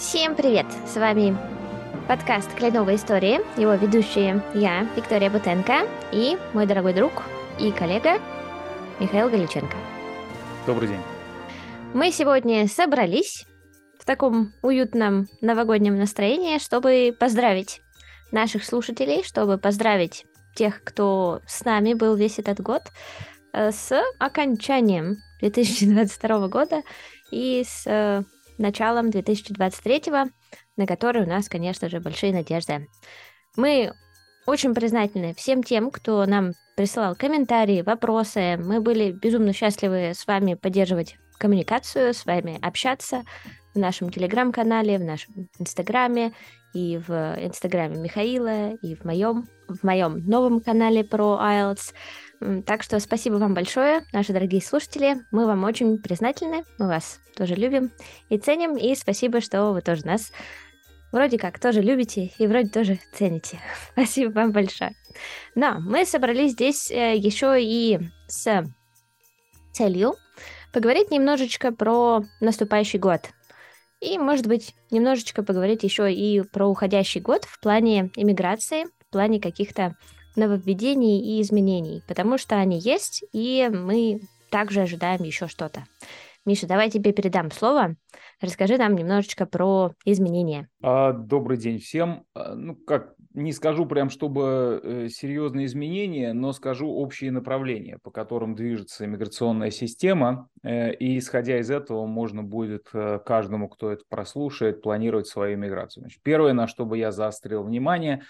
Всем привет! С вами подкаст «Кленовые истории». Его ведущие я, Виктория Бутенко, и мой дорогой друг и коллега Михаил Галиченко. Добрый день. Мы сегодня собрались в таком уютном новогоднем настроении, чтобы поздравить наших слушателей, чтобы поздравить тех, кто с нами был весь этот год, с окончанием 2022 года и с началом 2023, на который у нас, конечно же, большие надежды. Мы очень признательны всем тем, кто нам присылал комментарии, вопросы. Мы были безумно счастливы с вами поддерживать коммуникацию, с вами общаться в нашем телеграм-канале, в нашем инстаграме, и в инстаграме Михаила, и в моем новом канале про IELTS. Так что спасибо вам большое, наши дорогие слушатели. Мы вам очень признательны, мы вас тоже любим и ценим. И спасибо, что вы тоже нас вроде как тоже любите и вроде тоже цените. Спасибо вам большое. Но мы собрались здесь еще и с целью поговорить немножечко про наступающий год. И, может быть, немножечко поговорить еще и про уходящий год в плане иммиграции, в плане каких-то нововведений и изменений, потому что они есть, и мы также ожидаем еще что-то. Миша, давай тебе передам слово. Расскажи нам немножечко про изменения. Добрый день всем. Не скажу прям, чтобы серьезные изменения, но скажу общие направления, по которым движется иммиграционная система. И исходя из этого, можно будет каждому, кто это прослушает, планировать свою иммиграцию. Значит, первое, на что бы я заострил внимание,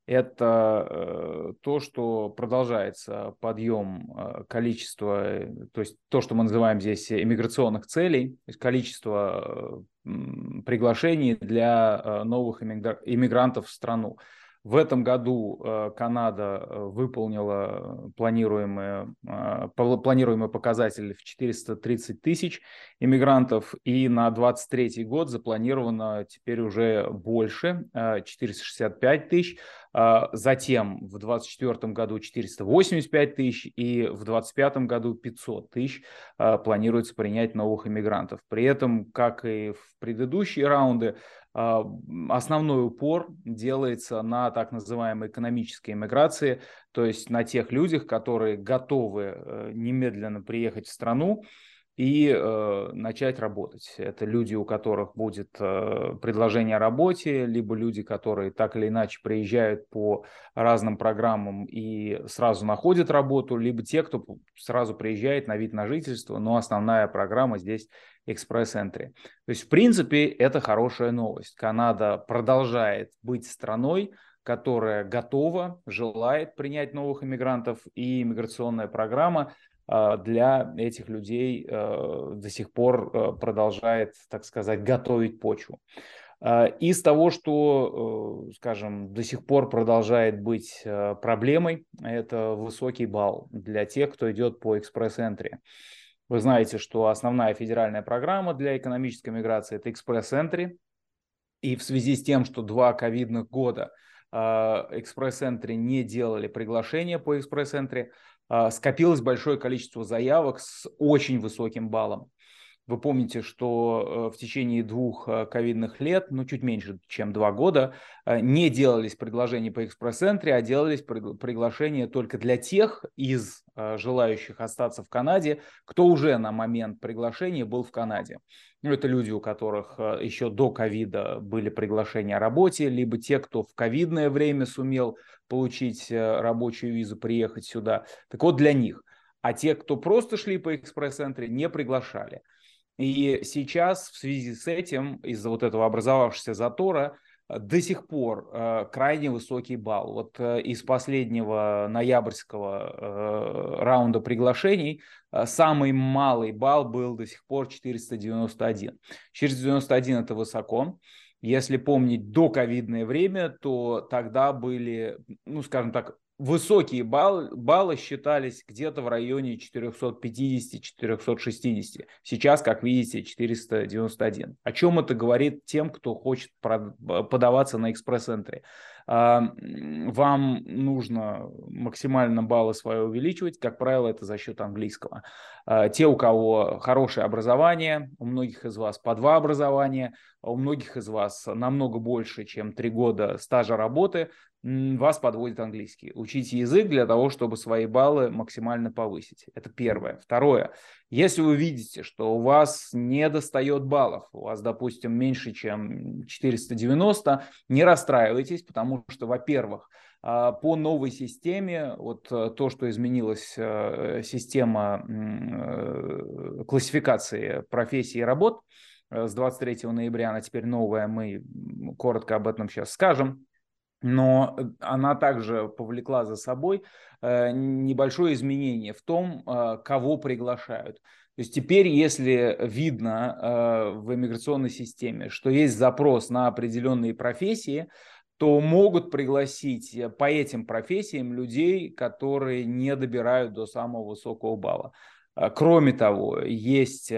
это то, что продолжается подъем количества, то есть то, что мы называем здесь иммиграционных целей, то есть количество приглашений для новых иммигрантов в страну. В этом году Канада выполнила планируемый показатель в 430 тысяч иммигрантов, и на 2023 год запланировано теперь уже больше, 465 тысяч. Затем в 2024 году 485 тысяч и в 2025 году 500 тысяч планируется принять новых иммигрантов. При этом, как и в предыдущие раунды, основной упор делается на так называемой экономической иммиграции, то есть на тех людях, которые готовы немедленно приехать в страну и начать работать. Это люди, у которых будет предложение о работе, либо люди, которые так или иначе приезжают по разным программам и сразу находят работу, либо те, кто сразу приезжает на вид на жительство, но основная программа здесь экспресс-энтри. То есть, в принципе, это хорошая новость. Канада продолжает быть страной, которая готова, желает принять новых иммигрантов, и иммиграционная программа для этих людей до сих пор продолжает, так сказать, готовить почву. Из того, что, скажем, до сих пор продолжает быть проблемой, это высокий балл для тех, кто идет по экспресс-энтри. Вы знаете, что основная федеральная программа для экономической миграции – это экспресс-энтри. И в связи с тем, что 2 ковидных года экспресс-энтри не делали приглашения по экспресс-энтри, скопилось большое количество заявок с очень высоким баллом. Вы помните, что в течение 2 ковидных лет, чуть меньше, чем 2 года, не делались предложения по экспресс-энтри, а делались приглашения только для тех из желающих остаться в Канаде, кто уже на момент приглашения был в Канаде. Это люди, у которых еще до ковида были приглашения о работе, либо те, кто в ковидное время сумел получить рабочую визу, приехать сюда. Так вот, для них. А те, кто просто шли по экспресс-энтри, не приглашали. И сейчас в связи с этим, из-за вот этого образовавшегося затора, до сих пор крайне высокий балл. Вот из последнего ноябрьского раунда приглашений самый малый балл был до сих пор 491. 491 – это высоко. Если помнить доковидное время, то тогда были, скажем так, высокие баллы считались где-то в районе 450-460. Сейчас, как видите, 491. О чем это говорит тем, кто хочет подаваться на экспресс-энтри? Вам нужно максимально баллы свои увеличивать. Как правило, это за счет английского. Те, у кого хорошее образование, у многих из вас по 2 образования, а у многих из вас намного больше, чем 3 года стажа работы, вас подводит английский. Учите язык для того, чтобы свои баллы максимально повысить. Это первое. Второе. Если вы видите, что у вас не достает баллов, у вас, допустим, меньше, чем 490, не расстраивайтесь, потому что, во-первых, по новой системе, вот то, что изменилась система классификации профессий и работ с 23 ноября, она теперь новая, мы коротко об этом сейчас скажем. Но она также повлекла за собой небольшое изменение в том, кого приглашают. То есть теперь, если видно в иммиграционной системе, что есть запрос на определенные профессии, то могут пригласить по этим профессиям людей, которые не добирают до самого высокого балла. Кроме того, есть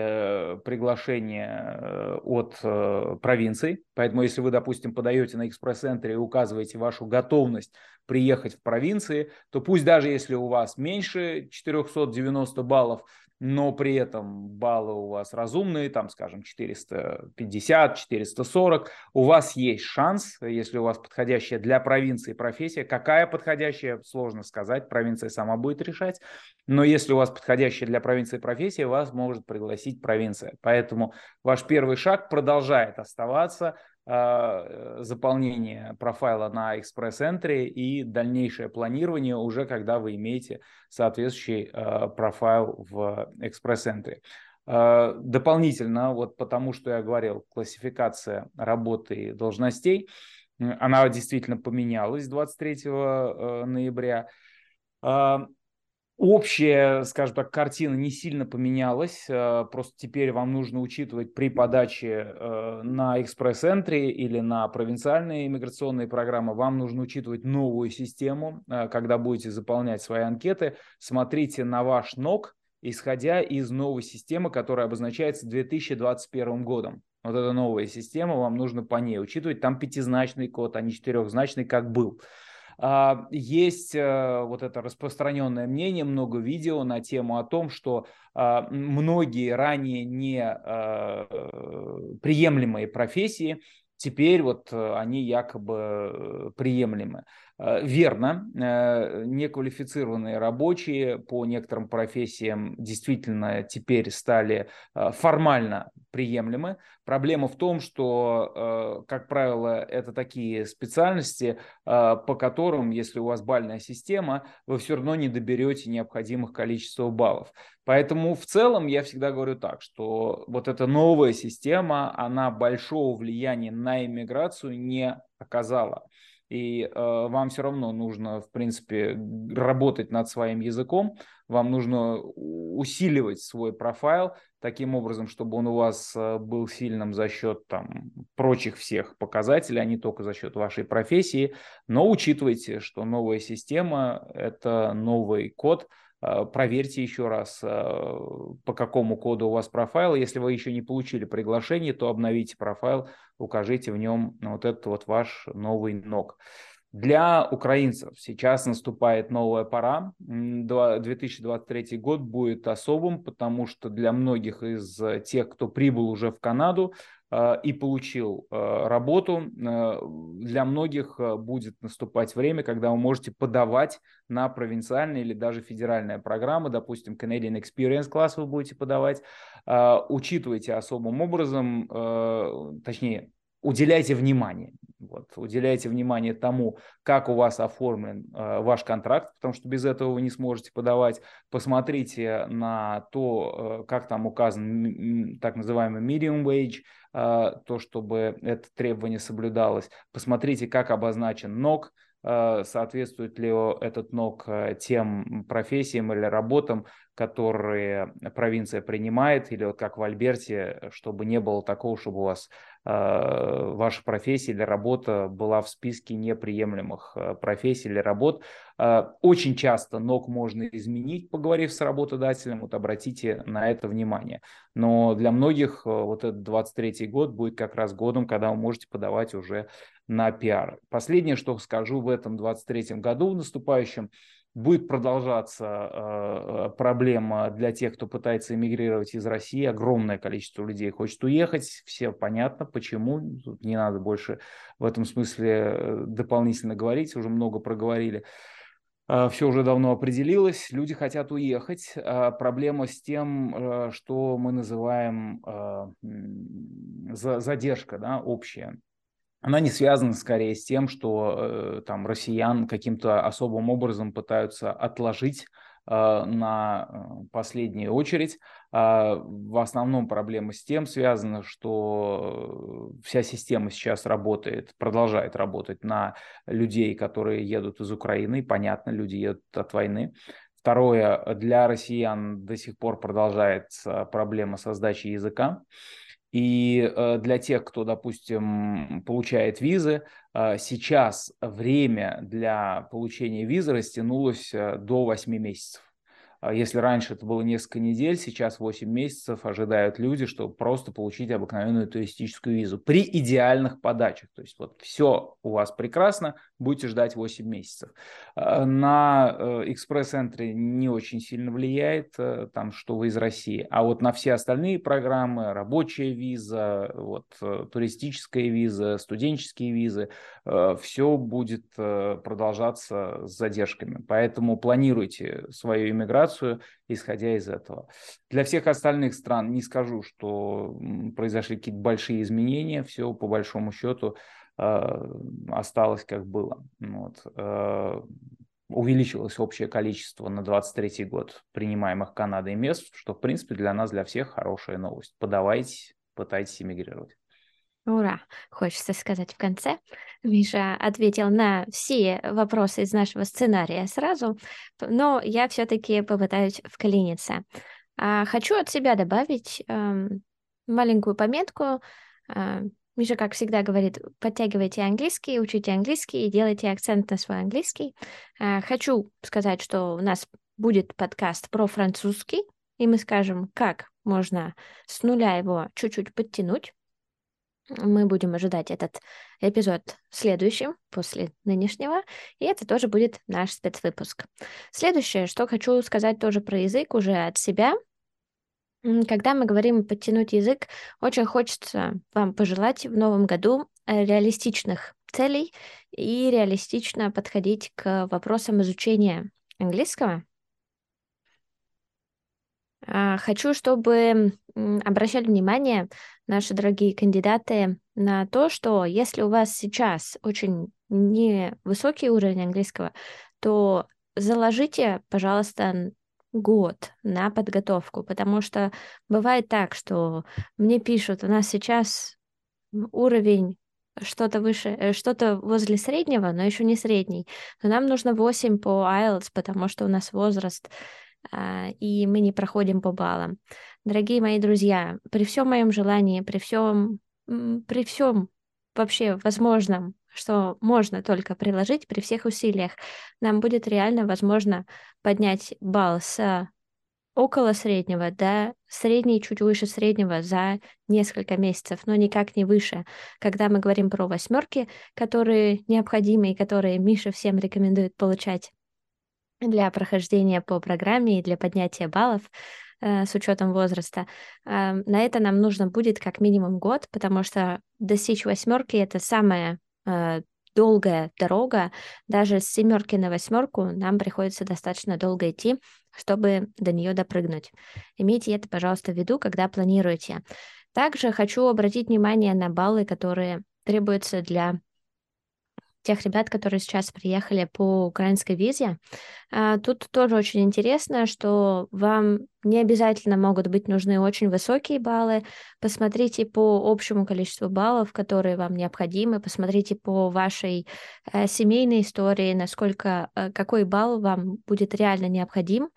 приглашение от провинций, поэтому если вы, допустим, подаете на экспресс-центре и указываете вашу готовность приехать в провинции, то пусть даже если у вас меньше 490 баллов, но при этом баллы у вас разумные, там, скажем, 450, 440, у вас есть шанс, если у вас подходящая для провинции профессия. Какая подходящая, сложно сказать, провинция сама будет решать, но если у вас подходящая для провинции профессия, вас может пригласить провинция. Поэтому ваш первый шаг продолжает оставаться заполнение профайла на экспресс-энтри и дальнейшее планирование уже когда вы имеете соответствующий профайл в экспресс-энтри. Дополнительно, вот потому что я говорил, классификация работы и должностей, она действительно поменялась 23 ноября. Общая, скажем так, картина не сильно поменялась, просто теперь вам нужно учитывать при подаче на экспресс-энтри или на провинциальные иммиграционные программы, вам нужно учитывать новую систему, когда будете заполнять свои анкеты, смотрите на ваш НОК, исходя из новой системы, которая обозначается 2021 годом. Вот эта новая система, вам нужно по ней учитывать, там 5-значный код, а не 4-значный, как был. Есть вот это распространенное мнение, много видео на тему о том, что многие ранее не приемлемые профессии теперь вот они якобы приемлемы. Верно, неквалифицированные рабочие по некоторым профессиям действительно теперь стали формально приемлемы. Проблема в том, что, как правило, это такие специальности, по которым, если у вас бальная система, вы все равно не доберете необходимых количества баллов. Поэтому в целом я всегда говорю так, что вот эта новая система, она большого влияния на иммиграцию не оказала. И вам все равно нужно, в принципе, работать над своим языком, вам нужно усиливать свой профайл таким образом, чтобы он у вас был сильным за счет там, прочих всех показателей, а не только за счет вашей профессии. Но учитывайте, что новая система – это новый код. Проверьте еще раз, по какому коду у вас профайл. Если вы еще не получили приглашение, то обновите профайл, укажите в нем вот этот вот ваш новый НОК. Для украинцев сейчас наступает новая пора. 2023 год будет особым, потому что для многих из тех, кто прибыл уже в Канаду и получил работу, для многих будет наступать время, когда вы можете подавать на провинциальные или даже федеральные программы, допустим, Canadian Experience Class вы будете подавать. Учитывайте особым образом, точнее, уделяйте внимание. Вот, уделяйте внимание тому, как у вас оформлен ваш контракт, потому что без этого вы не сможете подавать. Посмотрите на то, как там указан так называемый medium wage, то, чтобы это требование соблюдалось. Посмотрите, как обозначен НОК, соответствует ли этот НОК тем профессиям или работам, которые провинция принимает, или вот как в Альберте, чтобы не было такого, чтобы у вас ваша профессия или работа была в списке неприемлемых профессий или работ. Очень часто НОК можно изменить, поговорив с работодателем, вот обратите на это внимание. Но для многих вот этот 23-й год будет как раз годом, когда вы можете подавать уже на пиар. Последнее, что скажу в этом 23-м году, в наступающем, будет продолжаться проблема для тех, кто пытается эмигрировать из России. Огромное количество людей хочет уехать. Все понятно, почему. Тут не надо больше в этом смысле дополнительно говорить. Уже много проговорили. Все уже давно определилось. Люди хотят уехать. Проблема с тем, что мы называем задержка, да, общая. Она не связана скорее с тем, что там россиян каким-то особым образом пытаются отложить на последнюю очередь. В основном проблема с тем связана, что вся система сейчас работает, продолжает работать на людей, которые едут из Украины. Понятно, люди едут от войны. Второе, для россиян до сих пор продолжается проблема со сдачей языка. И для тех, кто, допустим, получает визы, сейчас время для получения визы растянулось до 8 месяцев. Если раньше это было несколько недель, сейчас 8 месяцев ожидают люди, чтобы просто получить обыкновенную туристическую визу при идеальных подачах. То есть вот все у вас прекрасно, будете ждать 8 месяцев. На экспресс-энтри не очень сильно влияет, там, что вы из России. А вот на все остальные программы, рабочая виза, вот, туристическая виза, студенческие визы, все будет продолжаться с задержками. Поэтому планируйте свою иммиграцию, исходя из этого. Для всех остальных стран не скажу, что произошли какие-то большие изменения, все по большому счету осталось как было. Вот. Увеличилось общее количество на 23-й год принимаемых Канадой мест, что, в принципе, для нас, для всех хорошая новость. Подавайте, пытайтесь эмигрировать. Ура! Хочется сказать в конце. Миша ответил на все вопросы из нашего сценария сразу, но я все-таки попытаюсь вклиниться. Хочу от себя добавить маленькую пометку. Миша, как всегда, говорит, подтягивайте английский, учите английский и делайте акцент на свой английский. Хочу сказать, что у нас будет подкаст про французский, и мы скажем, как можно с нуля его чуть-чуть подтянуть. Мы будем ожидать этот эпизод следующим, после нынешнего, и это тоже будет наш спецвыпуск. Следующее, что хочу сказать тоже про язык уже от себя. Когда мы говорим подтянуть язык, очень хочется вам пожелать в новом году реалистичных целей и реалистично подходить к вопросам изучения английского. Хочу, чтобы обращали внимание наши дорогие кандидаты на то, что если у вас сейчас очень невысокий уровень английского, то заложите, пожалуйста, год на подготовку, потому что бывает так, что мне пишут, у нас сейчас уровень что-то выше, что-то возле среднего, но еще не средний. Но нам нужно 8 по IELTS, потому что у нас возраст, и мы не проходим по баллам. Дорогие мои друзья, при всем моем желании, при всем вообще возможном, что можно только приложить, при всех усилиях, нам будет реально возможно поднять балл с около среднего до средний, чуть выше среднего за несколько месяцев, но никак не выше. Когда мы говорим про 8, которые необходимы и которые Миша всем рекомендует получать для прохождения по программе и для поднятия баллов с учетом возраста, на это нам нужно будет как минимум год, потому что достичь 8 — это самая долгая дорога. Даже с 7 на 8 нам приходится достаточно долго идти, чтобы до нее допрыгнуть. Имейте это, пожалуйста, в виду, когда планируете. Также хочу обратить внимание на баллы, которые требуются для тех ребят, которые сейчас приехали по украинской визе. Тут тоже очень интересно, что вам не обязательно могут быть нужны очень высокие баллы. Посмотрите по общему количеству баллов, которые вам необходимы. Посмотрите по вашей семейной истории, насколько какой балл вам будет реально необходим.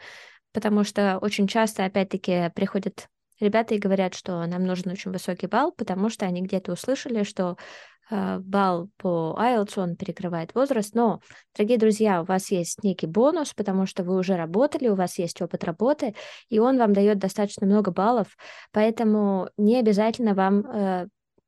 потому что очень часто, опять-таки, приходят ребята и говорят, что нам нужен очень высокий балл, потому что они где-то услышали, что балл по IELTS, он перекрывает возраст. Но, дорогие друзья, у вас есть некий бонус, потому что вы уже работали, у вас есть опыт работы, и он вам дает достаточно много баллов, поэтому не обязательно вам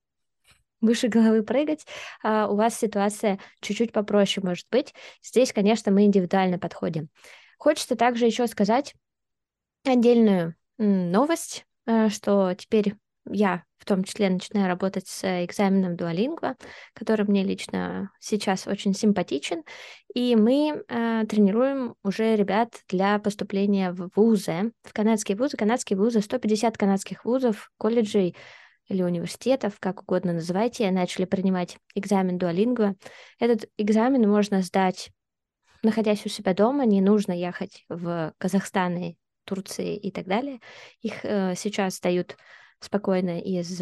выше головы прыгать, у вас ситуация чуть-чуть попроще может быть. Здесь, конечно, мы индивидуально подходим. Хочется также еще сказать отдельную новость, что теперь я в том числе начинаю работать с экзаменом Duolingo, который мне лично сейчас очень симпатичен, и мы тренируем уже ребят для поступления в вузы, в канадские вузы. Канадские вузы, 150 канадских вузов, колледжей или университетов, как угодно называйте, начали принимать экзамен Duolingo. Этот экзамен можно сдать, находясь у себя дома, не нужно ехать в Казахстан и Турции и так далее. Их сейчас дают спокойно из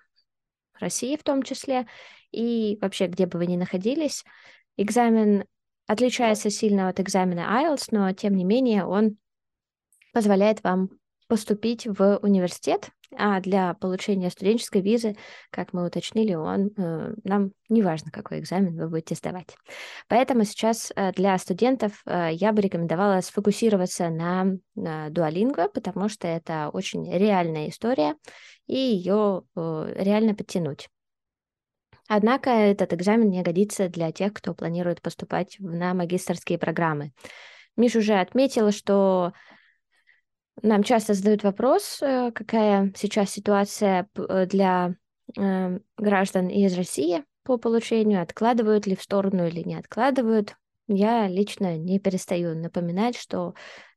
России в том числе, и вообще, где бы вы ни находились. Экзамен отличается сильно от экзамена IELTS, но, тем не менее, он позволяет вам поступить в университет, а для получения студенческой визы, как мы уточнили, нам не важно, какой экзамен вы будете сдавать. Поэтому сейчас для студентов я бы рекомендовала сфокусироваться на Duolingo, потому что это очень реальная история, и ее реально подтянуть. Однако этот экзамен не годится для тех, кто планирует поступать на магистерские программы. Миша уже отметила, что нам часто задают вопрос, какая сейчас ситуация для граждан из России по получению, откладывают ли в сторону или не откладывают. Я лично не перестаю напоминать, что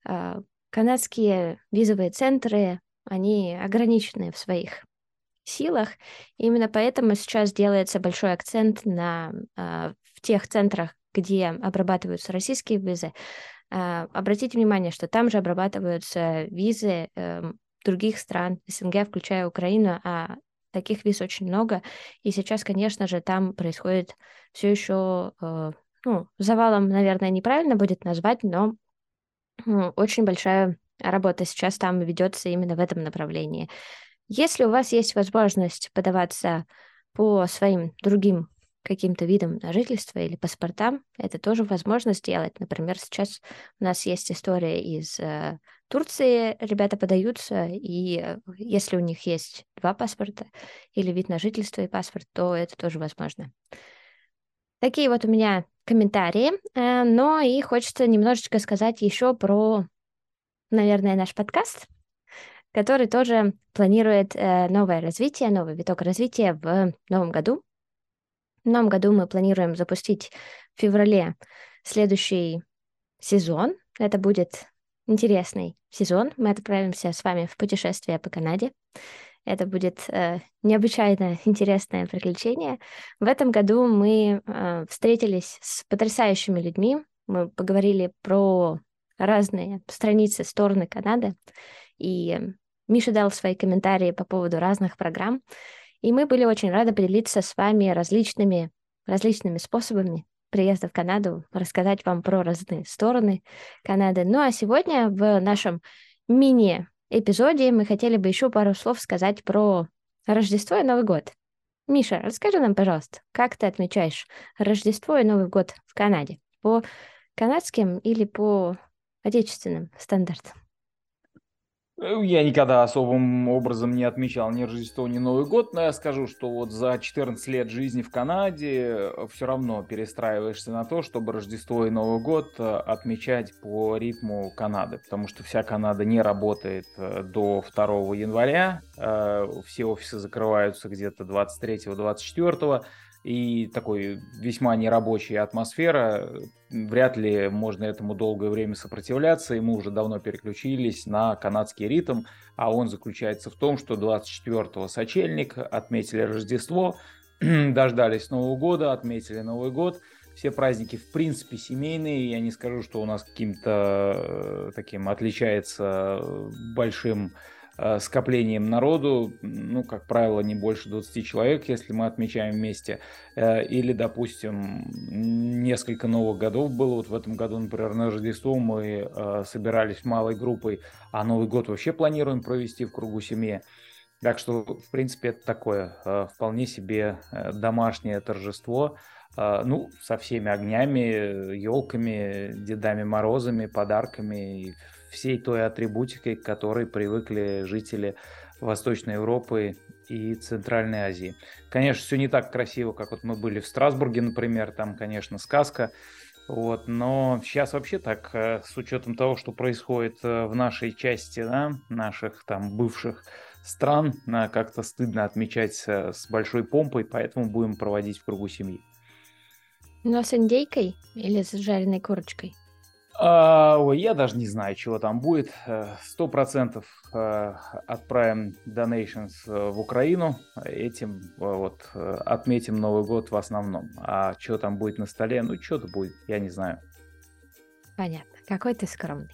канадские визовые центры, они ограничены в своих силах. Именно поэтому сейчас делается большой акцент в тех центрах, где обрабатываются российские визы. Обратите внимание, что там же обрабатываются визы других стран СНГ, включая Украину, а таких виз очень много. И сейчас, конечно же, там происходит все еще, завалом, наверное, неправильно будет назвать, но очень большая работа сейчас там ведется именно в этом направлении. Если у вас есть возможность подаваться по своим другим каким-то видам на жительство или паспортам, это тоже возможно сделать. Например, сейчас у нас есть история из Турции, ребята подаются, и если у них есть 2 паспорта или вид на жительство и паспорт, то это тоже возможно. Такие вот у меня комментарии, но и хочется немножечко сказать еще про, наверное, наш подкаст, который тоже планирует новое развитие, новый виток развития в новом году. В новом году мы планируем запустить в феврале следующий сезон. Это будет интересный сезон. Мы отправимся с вами в путешествие по Канаде. Это будет необычайно интересное приключение. В этом году мы встретились с потрясающими людьми. Мы поговорили про разные страницы, стороны Канады. И Миша дал свои комментарии по поводу разных программ. И мы были очень рады поделиться с вами различными способами приезда в Канаду, рассказать вам про разные стороны Канады. Ну а сегодня в нашем мини-эпизоде мы хотели бы еще пару слов сказать про Рождество и Новый год. Миша, расскажи нам, пожалуйста, как ты отмечаешь Рождество и Новый год в Канаде? По канадским или по отечественным стандартам? Я никогда особым образом не отмечал ни Рождество, ни Новый год, но я скажу, что вот за 14 лет жизни в Канаде все равно перестраиваешься на то, чтобы Рождество и Новый год отмечать по ритму Канады, потому что вся Канада не работает до 2 января, все офисы закрываются где-то 23-24, и такой весьма нерабочая атмосфера, вряд ли можно этому долгое время сопротивляться, и мы уже давно переключились на канадский ритм, а он заключается в том, что 24-го сочельник, отметили Рождество, дождались Нового года, отметили Новый год. Все праздники в принципе семейные, я не скажу, что у нас каким-то таким отличается большим скоплением народу, ну, как правило, не больше 20 человек, если мы отмечаем вместе. Или, допустим, несколько новых годов было. Вот в этом году, например, на Рождество мы собирались малой группой, а Новый год вообще планируем провести в кругу семьи. Так что, в принципе, это такое вполне себе домашнее торжество. Ну, со всеми огнями, елками, Дедами Морозами, подарками и всей той атрибутикой, к которой привыкли жители Восточной Европы и Центральной Азии. Конечно, все не так красиво, как вот мы были в Страсбурге, например, там, конечно, сказка. Вот, но сейчас вообще так, с учетом того, что происходит в нашей части, да, наших там бывших стран, как-то стыдно отмечать с большой помпой, поэтому будем проводить в кругу семьи. Но с индейкой или с жареной курочкой? Ой, я даже не знаю, чего там будет. 100% отправим donations в Украину. Этим вот отметим Новый год в основном. А что там будет на столе? Ну, что-то будет, я не знаю. Понятно. Какой ты скромный.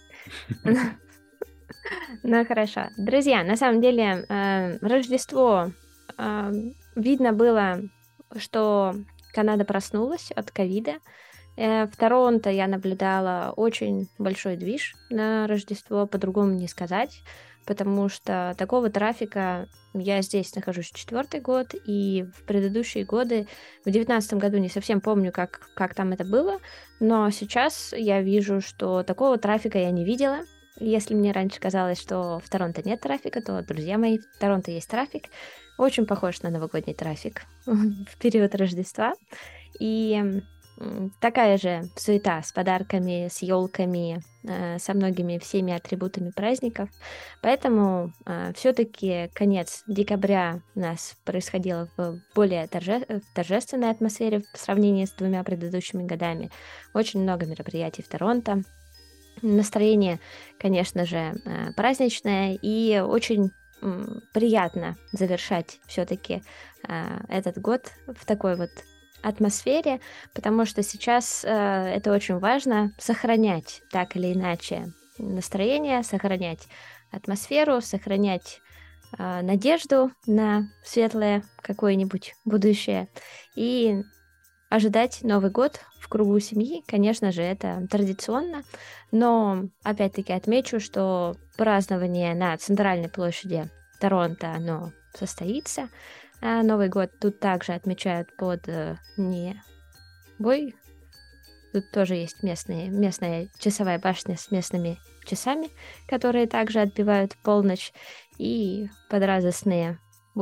Ну, хорошо. Друзья, на самом деле, Рождество, видно было, что Канада проснулась от ковида. В Торонто я наблюдала очень большой движ на Рождество, по-другому не сказать, потому что такого трафика я здесь нахожусь 4-й год, и в предыдущие годы, в 2019 году не совсем помню, как там это было, но сейчас я вижу, что такого трафика я не видела. Если мне раньше казалось, что в Торонто нет трафика, то, друзья мои, в Торонто есть трафик. Очень похож на новогодний трафик в период Рождества. И такая же суета с подарками, с елками, со многими всеми атрибутами праздников. Поэтому все-таки конец декабря у нас происходило в более торжественной атмосфере в сравнении с 2 предыдущими годами. Очень много мероприятий в Торонто. Настроение, конечно же, праздничное, и очень приятно завершать все-таки этот год в такой вот атмосфере, потому что сейчас это очень важно сохранять так или иначе настроение, сохранять атмосферу, сохранять надежду на светлое какое-нибудь будущее и ожидать Новый год в кругу семьи. Конечно же, это традиционно, но опять-таки отмечу, что празднование на центральной площади Торонто, оно состоится. А Новый год тут также отмечают под не бой. Тут тоже есть местная часовая башня с местными часами, которые также отбивают полночь, и под радостные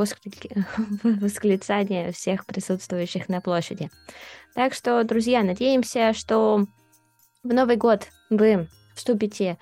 восклицания всех присутствующих на площади. Так что, друзья, надеемся, что в Новый год вы вступите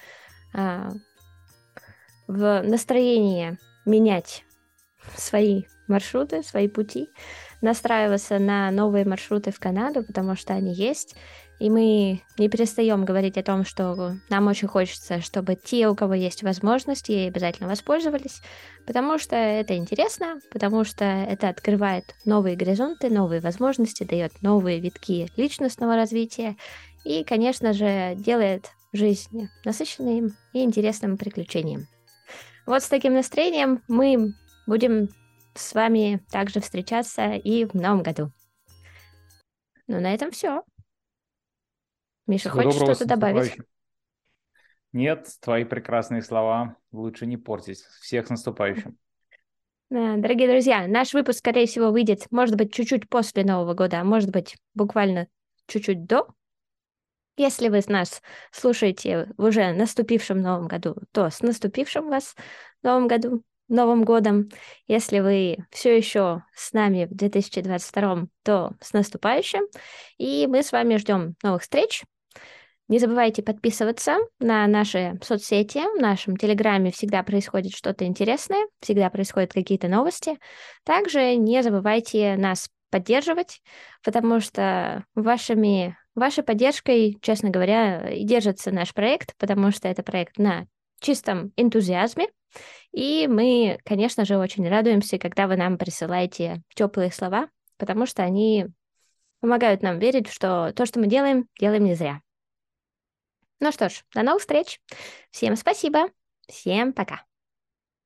в настроение менять свои маршруты, свои пути, настраиваться на новые маршруты в Канаду, потому что они есть. И мы не перестаем говорить о том, что нам очень хочется, чтобы те, у кого есть возможность, ей обязательно воспользовались, потому что это интересно, потому что это открывает новые горизонты, новые возможности, дает новые витки личностного развития и, конечно же, делает жизнь насыщенной и интересным приключением. Вот с таким настроением мы будем с вами также встречаться и в новом году. Ну, на этом все. Миша, Всего хочешь доброго, что-то с добавить? наступающим. Нет, твои прекрасные слова лучше не портить. Всех с наступающим. Дорогие друзья, наш выпуск, скорее всего, выйдет, может быть, чуть-чуть после Нового года, а может быть, буквально чуть-чуть до. Если вы нас слушаете в уже наступившем Новом году, то с наступившим вас Новым году, Новым годом. Если вы все еще с нами в 2022, то с наступающим. И мы с вами ждем новых встреч. Не забывайте подписываться на наши соцсети. В нашем Телеграме всегда происходит что-то интересное, всегда происходят какие-то новости. Также не забывайте нас поддерживать, потому что вашей поддержкой, честно говоря, и держится наш проект, потому что это проект на чистом энтузиазме. И мы, конечно же, очень радуемся, когда вы нам присылаете теплые слова, потому что они помогают нам верить, что то, что мы делаем, делаем не зря. Ну что ж, до новых встреч. Всем спасибо. Всем пока.